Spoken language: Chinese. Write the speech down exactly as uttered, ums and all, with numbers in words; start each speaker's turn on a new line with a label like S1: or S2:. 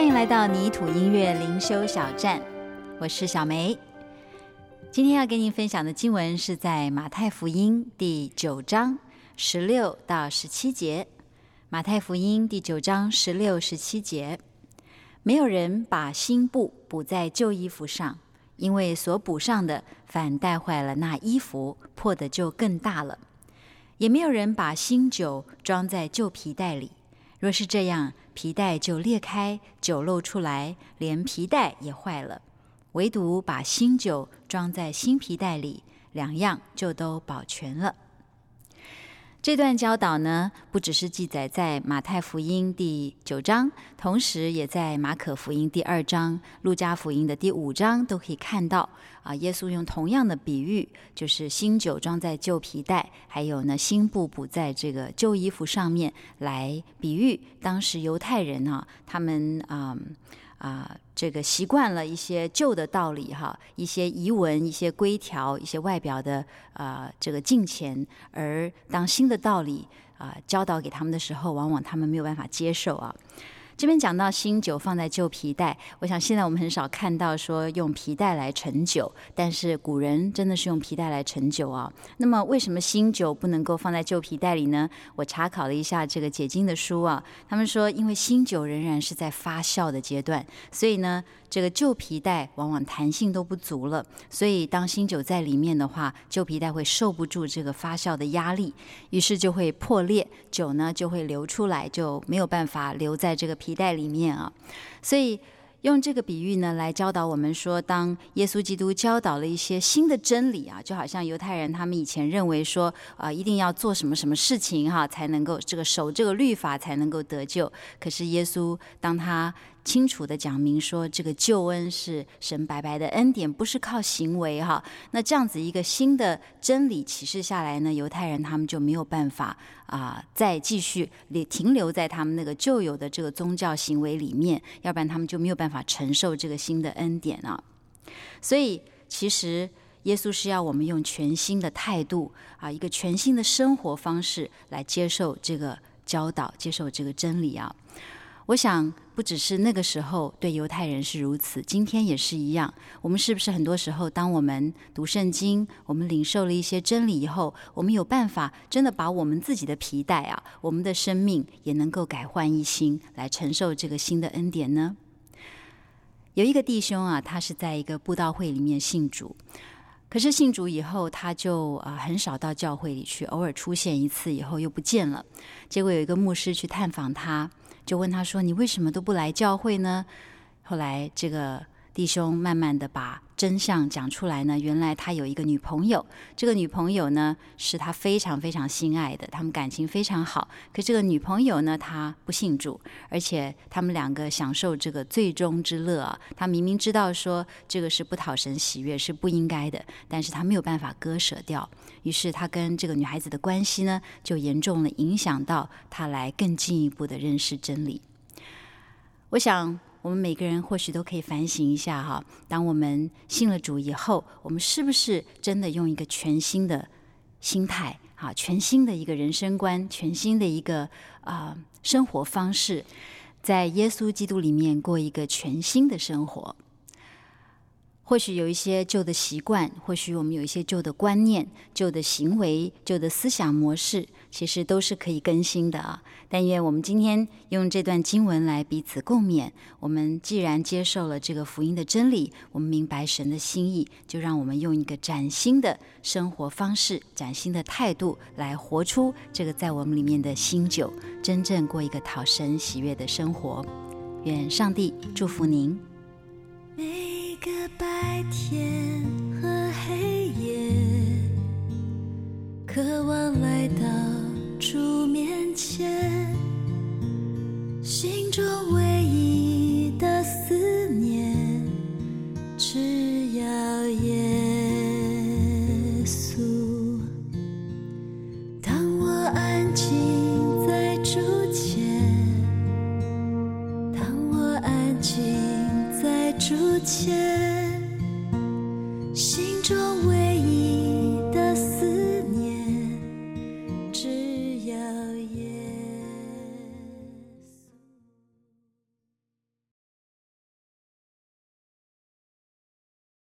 S1: 欢迎来到泥土音乐灵修小站，我是小梅。今天要跟您分享的经文是在马太福音第九章十六到十七节。马太福音第九章十六、十七节，没有人把新布补在旧衣服上，因为所补上的反带坏了那衣服，破的就更大了。也没有人把新酒装在旧皮袋里，若是这样，皮带就裂开，酒漏出来，连皮带也坏了。唯独把新酒装在新皮袋里，两样就都保全了。这段教导呢，不只是记载在马太福音第九章，同时也在马可福音第二章、路加福音的第五章都可以看到啊。耶稣用同样的比喻，就是新酒装在旧皮袋，还有呢新布补在这个旧衣服上面，来比喻当时犹太人啊，他们啊。啊、呃，这个习惯了一些旧的道理哈，一些遗文、一些规条、一些外表的呃这个敬虔，而当新的道理啊、呃、教导给他们的时候，往往他们没有办法接受啊。这边讲到新酒放在旧皮袋，我想现在我们很少看到说用皮带来盛酒，但是古人真的是用皮带来盛酒啊。那么为什么新酒不能够放在旧皮袋里呢？我查考了一下这个解经的书啊，他们说因为新酒仍然是在发酵的阶段，所以呢这个旧皮带往往弹性都不足了，所以当新酒在里面的话，旧皮带会受不住这个发酵的压力，于是就会破裂，酒呢就会流出来，就没有办法留在这个皮带里面啊。所以用这个比喻呢来教导我们说，当耶稣基督教导了一些新的真理啊，就好像犹太人他们以前认为说啊、呃，一定要做什么什么事情哈、啊，才能够这个守这个律法才能够得救。可是耶稣当他清楚地讲明说，这个救恩是神白白的恩典，不是靠行为哈。那这样子一个新的真理启示下来呢，犹太人他们就没有办法啊、呃，再继续停留在他们那个旧有的这个宗教行为里面，要不然他们就没有办法承受这个新的恩典啊。所以其实耶稣是要我们用全新的态度啊，一个全新的生活方式来接受这个教导，接受这个真理啊。我想不只是那个时候对犹太人是如此，今天也是一样。我们是不是很多时候当我们读圣经，我们领受了一些真理以后，我们有办法真的把我们自己的皮带啊，我们的生命也能够改换一新，来承受这个新的恩典呢？有一个弟兄啊，他是在一个布道会里面信主，可是信主以后他就啊、呃、很少到教会里去，偶尔出现一次以后又不见了。结果有一个牧师去探访他，就问他说，你为什么都不来教会呢？后来这个弟兄慢慢的把真相讲出来呢，原来他有一个女朋友，这个女朋友呢是他非常非常心爱的，他们感情非常好，可这个女朋友呢她不信主，而且他们两个享受这个罪中之乐啊，他明明知道说这个是不讨神喜悦，是不应该的，但是他没有办法割舍掉，于是他跟这个女孩子的关系呢就严重的影响到他来更进一步的认识真理。我想我们每个人或许都可以反省一下哈，当我们信了主以后，我们是不是真的用一个全新的心态啊，全新的一个人生观，全新的一个啊、呃、生活方式，在耶稣基督里面过一个全新的生活。或许有一些旧的习惯，或许我们有一些旧的观念、旧的行为、旧的思想模式，其实都是可以更新的啊。但愿我们今天用这段经文来彼此共勉，我们既然接受了这个福音的真理，我们明白神的心意，就让我们用一个崭新的生活方式、崭新的态度来活出这个在我们里面的新酒，真正过一个讨神喜悦的生活。愿上帝祝福您。
S2: 每个白天